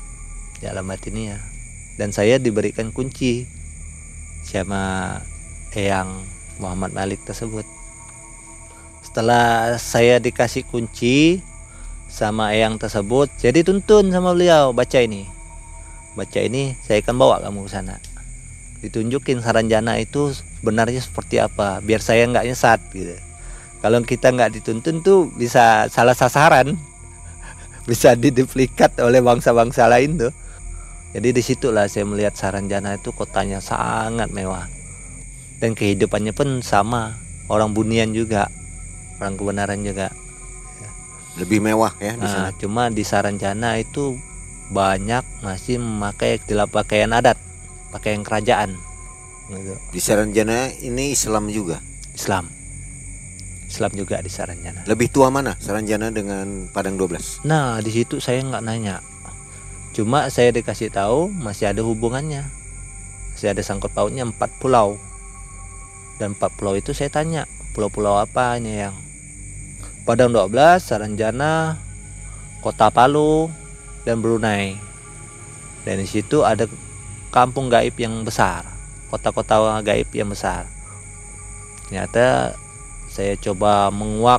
dan saya diberikan kunci sama Eyang Muhammad Malik tersebut. Setelah saya dikasih kunci sama Eyang tersebut, jadi tuntun sama beliau, baca ini, saya akan bawa kamu ke sana, ditunjukin Saranjana itu sebenarnya seperti apa, biar saya nggak nyesat gitu. Kalau kita nggak dituntun tuh bisa salah sasaran, bisa diduplikat oleh bangsa-bangsa lain tuh. Jadi disitulah saya melihat Saranjana itu kotanya sangat mewah, dan kehidupannya pun sama, orang Bunian juga, orang kebenaran juga. Lebih mewah ya di sana. Cuma di Saranjana itu banyak masih memakai pakaian adat, pakaian kerajaan. Gitu. Di Saranjana ini Islam juga. Islam juga di Saranjana. Lebih tua mana Saranjana dengan Padang 12? Nah di situ saya nggak nanya. Cuma saya dikasih tahu masih ada hubungannya, masih ada sangkut pautnya 4 pulau. Dan 4 pulau itu saya tanya, pulau-pulau apa ini yang Padang 12, Saranjana, Kota Palu, dan Brunei. Dan di situ ada kampung gaib yang besar, kota-kota gaib yang besar. Ternyata saya coba menguak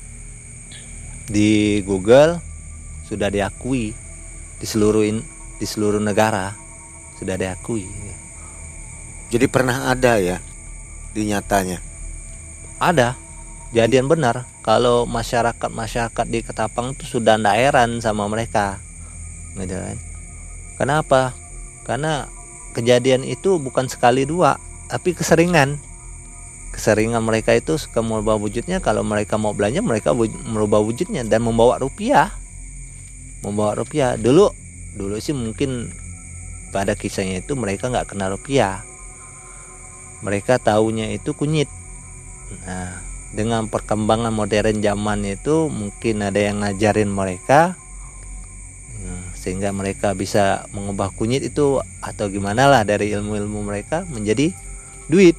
di Google, sudah diakui di seluruh negara, sudah diakui. Jadi pernah ada ya di nyatanya? Ada jadian benar. Kalau masyarakat di Ketapang itu sudah ndak heran sama mereka, gitu kan? Kenapa? Karena kejadian itu bukan sekali dua, tapi keseringan mereka itu suka merubah wujudnya. Kalau mereka mau belanja, mereka merubah wujudnya dan membawa rupiah. Dulu sih mungkin pada kisahnya itu mereka nggak kenal rupiah, mereka taunya itu kunyit. Nah dengan perkembangan modern zaman itu mungkin ada yang ngajarin mereka, sehingga mereka bisa mengubah kunyit itu atau gimana lah dari ilmu-ilmu mereka menjadi duit.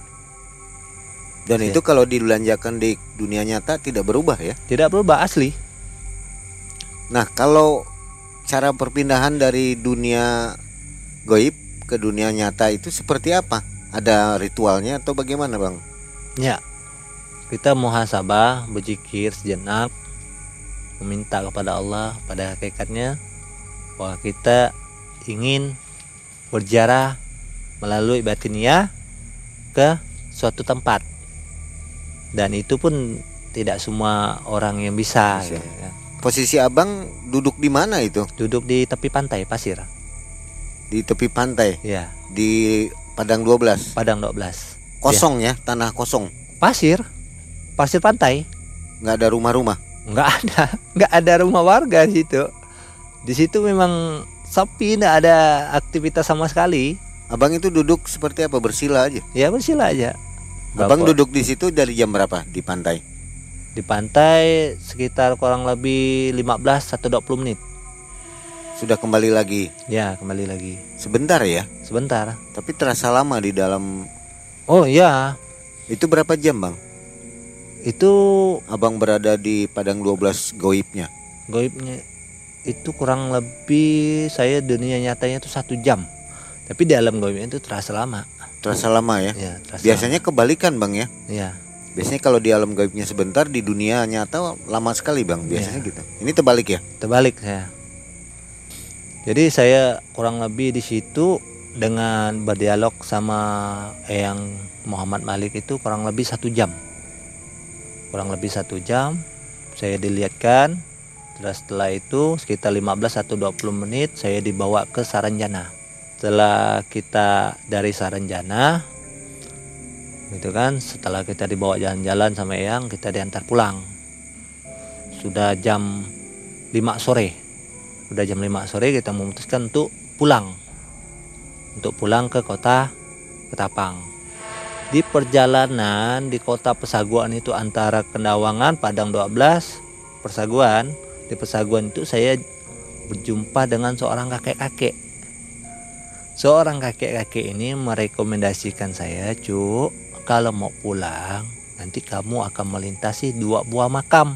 Dan itu kalau dibelanjakan di dunia nyata tidak berubah ya? Tidak berubah, asli. Nah kalau cara perpindahan dari dunia goib ke dunia nyata itu seperti apa? Ada ritualnya atau bagaimana Bang? Ya, kita muhasabah, berzikir sejenak, meminta kepada Allah pada hakikatnya bahwa kita ingin berjarah melalui batiniah ke suatu tempat, dan itu pun tidak semua orang yang bisa. Ya. Posisi Abang duduk di mana itu? Duduk di tepi pantai pasir. Di tepi pantai? Ya. Di Padang 12? Padang 12. Kosong ya, tanah kosong? Pasir pantai. Nggak ada rumah-rumah? Nggak ada rumah warga di situ. Di situ memang sepi, nggak ada aktivitas sama sekali. Abang itu duduk seperti apa? Bersila aja? Ya bersila aja. Abang duduk di situ dari jam berapa di pantai? Di pantai sekitar kurang lebih 15 atau 20 menit. Sudah kembali lagi? Ya kembali lagi. Sebentar ya? Sebentar. Tapi terasa lama di dalam. Oh iya. Itu berapa jam Bang? Itu Abang berada di Padang 12 goibnya itu kurang lebih, saya dunia nyatanya itu 1 jam. Tapi di alam goibnya itu terasa lama. Terasa lama ya? Ya terasa biasanya lama. Kebalikan Bang ya? Iya. Biasanya kalau di alam gaibnya sebentar, di dunia nyata lama sekali Bang, biasanya gitu. Ini terbalik ya? Terbalik saya. Jadi saya kurang lebih di situ dengan berdialog sama Eyang Muhammad Malik itu kurang lebih 1 jam. Kurang lebih 1 jam saya dilihatkan. Terus setelah itu sekitar 15 atau 20 menit saya dibawa ke Saranjana. Setelah kita dari Saranjana gitu kan, setelah kita dibawa jalan-jalan sama Eyang, kita diantar pulang. Sudah jam 5 sore. Udah jam 5 sore kita memutuskan untuk pulang ke kota Ketapang. Di perjalanan di kota Pesaguan itu antara Kendawangan, Padang 12, Pesaguan. Di Pesaguan itu saya berjumpa dengan seorang kakek-kakek. Seorang kakek-kakek ini merekomendasikan saya, "Cuk, kalau mau pulang nanti kamu akan melintasi 2 buah makam.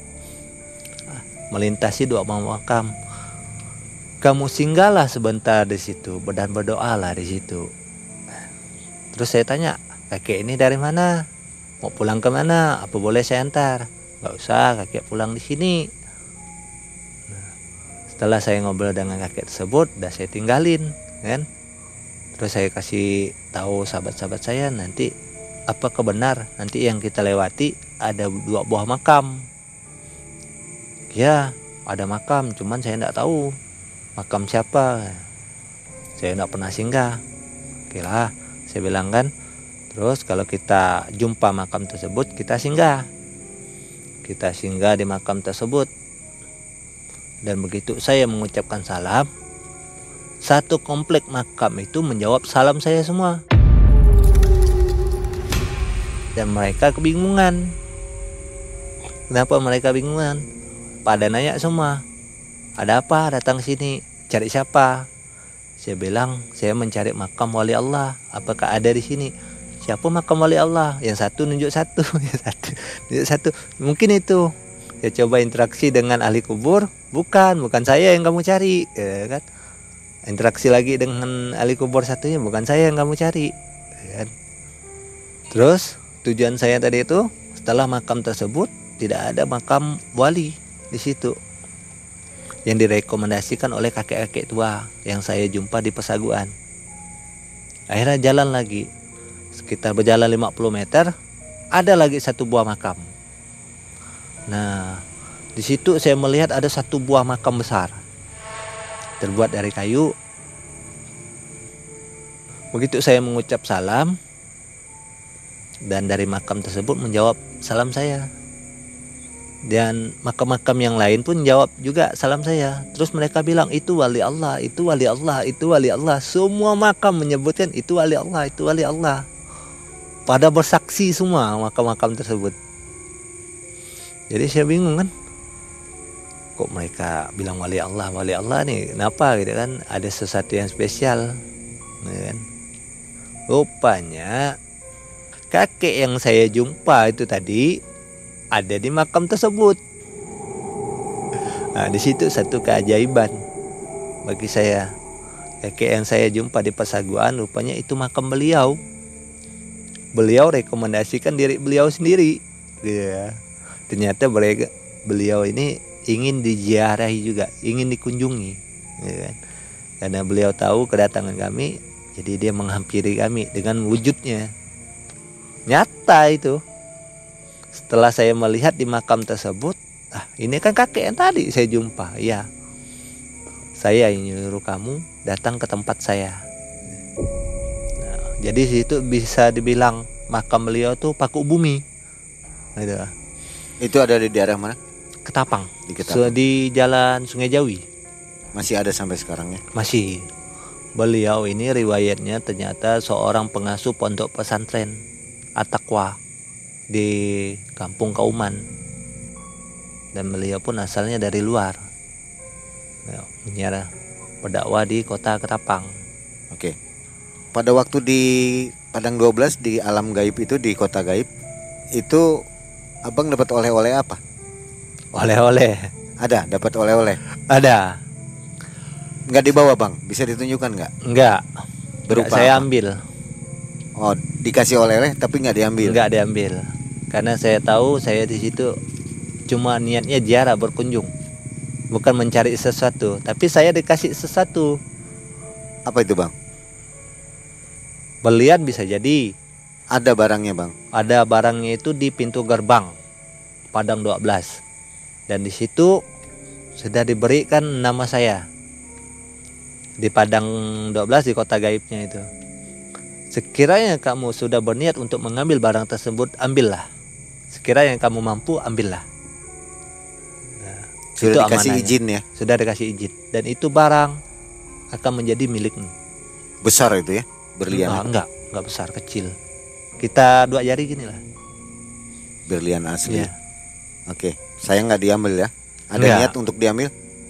Kamu singgahlah sebentar di situ dan berdoalah di situ." Terus saya tanya, "Kakek ini dari mana? Mau pulang ke mana? Apa boleh saya antar?" "Gak usah, kakek pulang di sini." Nah, setelah saya ngobrol dengan kakek tersebut, udah saya tinggalin, kan? Terus saya kasih tahu sahabat-sahabat saya, nanti apakah benar nanti yang kita lewati ada 2 buah makam? "Ya, ada makam, cuman saya tidak tahu makam siapa. Saya tidak pernah singgah." "Oke lah," saya bilang kan. "Terus kalau kita jumpa makam tersebut, kita singgah di makam tersebut." Dan begitu saya mengucapkan salam, satu komplek makam itu menjawab salam saya semua. Dan mereka kebingungan. Kenapa mereka bingungan? Pada nanya semua, "Ada apa datang sini? Cari siapa?" Saya bilang, "Saya mencari makam wali Allah. Apakah ada di sini?" "Siapa makam wali Allah?" Yang satu nunjuk satu, nunjuk satu. Mungkin itu. Saya coba interaksi dengan ahli kubur. Bukan saya yang kamu cari, ya kan? Interaksi lagi dengan ahli kubur satunya, "Bukan saya yang kamu cari." Ya kan? Terus tujuan saya tadi itu, setelah makam tersebut tidak ada makam wali di situ yang direkomendasikan oleh kakek-kakek tua yang saya jumpa di Pesaguan. Akhirnya jalan lagi, sekitar berjalan 50 meter, ada lagi 1 buah makam. Nah, di situ saya melihat ada 1 buah makam besar, terbuat dari kayu. Begitu saya mengucap salam, dan dari makam tersebut menjawab salam saya. Dan makam-makam yang lain pun jawab juga salam saya. Terus mereka bilang, "Itu wali Allah, itu wali Allah, itu wali Allah." Semua makam menyebutkan itu wali Allah, itu wali Allah. Pada bersaksi semua makam-makam tersebut. Jadi saya bingung kan, kok mereka bilang wali Allah nih, kenapa gitu kan? Ada sesuatu yang spesial, kan? Rupanya kakek yang saya jumpa itu tadi ada di makam tersebut. Nah, di situ satu keajaiban bagi saya. Kakek yang saya jumpa di Pesaguan, rupanya itu makam beliau. Beliau rekomendasikan diri beliau sendiri. Ya. Ternyata beliau ini ingin diziarahi juga, ingin dikunjungi, ya kan? Karena beliau tahu kedatangan kami, jadi dia menghampiri kami dengan wujudnya. Nyata itu. Setelah saya melihat di makam tersebut, ini kan kakek yang tadi saya jumpa. Iya, saya yang nyuruh kamu datang ke tempat saya. Nah, jadi situ bisa dibilang makam beliau tuh paku bumi. Gitu. Itu ada di daerah mana? Ketapang. Di Ketapang. Di Jalan Sungai Jawi. Masih ada sampai sekarang ya? Masih. Beliau ini riwayatnya ternyata seorang pengasuh pondok pesantren At-Taqwa di Kampung Kauman. Dan beliau pun asalnya dari luar. Menyiar berdakwah di kota Ketapang. Oke. Pada waktu di Padang 12 di alam gaib itu, di kota gaib itu, abang dapat oleh-oleh apa? Oleh-oleh. Ada, dapat oleh-oleh. Ada. Nggak dibawa bang? Bisa ditunjukkan nggak? Enggak. Berupa saya apa? ambil. Oh, dikasih oleh-oleh tapi nggak diambil? Nggak diambil. Karena saya tahu saya di situ cuma niatnya ziarah berkunjung. bukan mencari sesuatu, tapi saya dikasih sesuatu. Apa itu, Bang? Berlian bisa jadi. Ada barangnya, Bang. Ada barangnya itu di pintu gerbang Padang 12. Dan di situ sudah diberikan nama saya. Di Padang 12 di kota gaibnya itu. Sekiranya kamu sudah berniat untuk mengambil barang tersebut, ambillah. Sekiranya kamu mampu, ambillah. Nah, Sudah itu dikasih amanahnya. izin ya. Sudah dikasih izin. Dan itu barang akan menjadi milikmu. Besar itu ya, berlian. Enggak besar, kecil. Kita 2 jari gini lah. Berlian asli. Iya. Oke, saya nggak diambil ya. Ada Enggak. niat untuk diambil?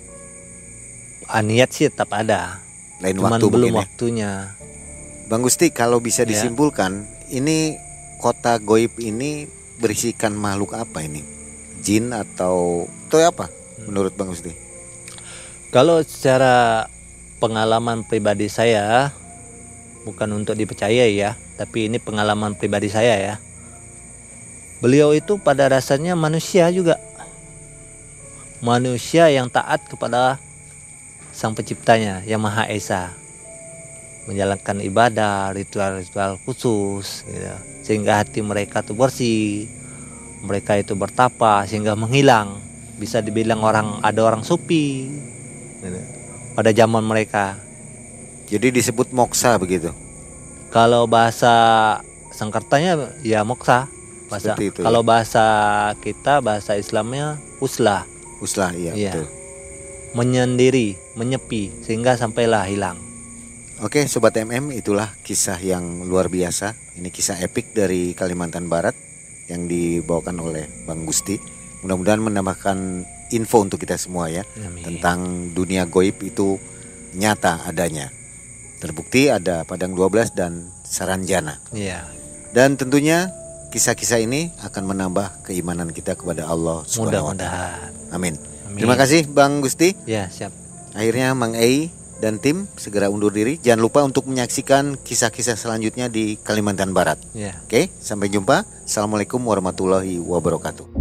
Niat sih tetap ada. Lain Cuman waktu belum mungkin ya. waktunya. Bang Gusti, kalau bisa Ya. disimpulkan, ini kota goib ini berisikan makhluk apa ini? Jin atau apa? Menurut Bang Gusti? Kalau secara pengalaman pribadi saya, bukan untuk dipercaya ya, tapi ini pengalaman pribadi saya ya. Beliau itu pada dasarnya manusia juga. Manusia yang taat kepada Sang Penciptanya yang Maha Esa. Menjalankan ibadah, ritual-ritual khusus gitu. Sehingga hati mereka itu bersih. Mereka itu bertapa sehingga menghilang. Bisa dibilang ada orang sufi gitu, pada zaman mereka. Jadi disebut moksa begitu. Kalau bahasa Sangkertanya ya moksa. Seperti itu, Kalau bahasa kita, bahasa Islamnya uslah. Uslah, iya, Iya. betul. Menyendiri, menyepi sehingga sampailah hilang. Oke, Sobat MM, itulah kisah yang luar biasa. Ini kisah epik dari Kalimantan Barat yang dibawakan oleh Bang Gusti. Mudah-mudahan menambahkan info untuk kita semua ya. Amin. Tentang dunia goib itu nyata adanya. Terbukti ada Padang 12 dan Saranjana. Iya. Dan tentunya kisah-kisah ini akan menambah keimanan kita kepada Allah Subhanahu wa Ta'ala. Mudah-mudahan. Amin. Amin. Terima kasih Bang Gusti. Ya, siap. Akhirnya Mang Ei dan tim segera undur diri. Jangan lupa untuk menyaksikan kisah-kisah selanjutnya di Kalimantan Barat. Ya. Oke, sampai jumpa. Assalamualaikum warahmatullahi wabarakatuh.